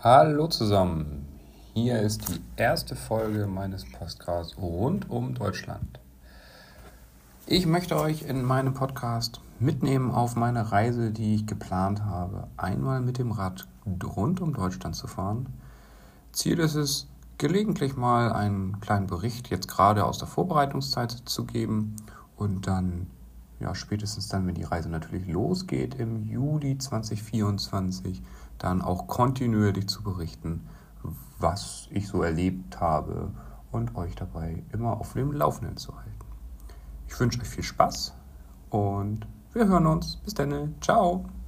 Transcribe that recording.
Hallo zusammen, hier ist die erste Folge meines Podcasts rund um Deutschland. Ich möchte euch in meinem Podcast mitnehmen auf meine Reise, die ich geplant habe, einmal mit dem Rad rund um Deutschland zu fahren. Ziel ist es, gelegentlich mal einen kleinen Bericht jetzt gerade aus der Vorbereitungszeit zu geben und dann, spätestens dann, wenn die Reise natürlich losgeht im Juli 2024, dann auch kontinuierlich zu berichten, was ich so erlebt habe und euch dabei immer auf dem Laufenden zu halten. Ich wünsche euch viel Spaß und wir hören uns. Bis dann. Ciao.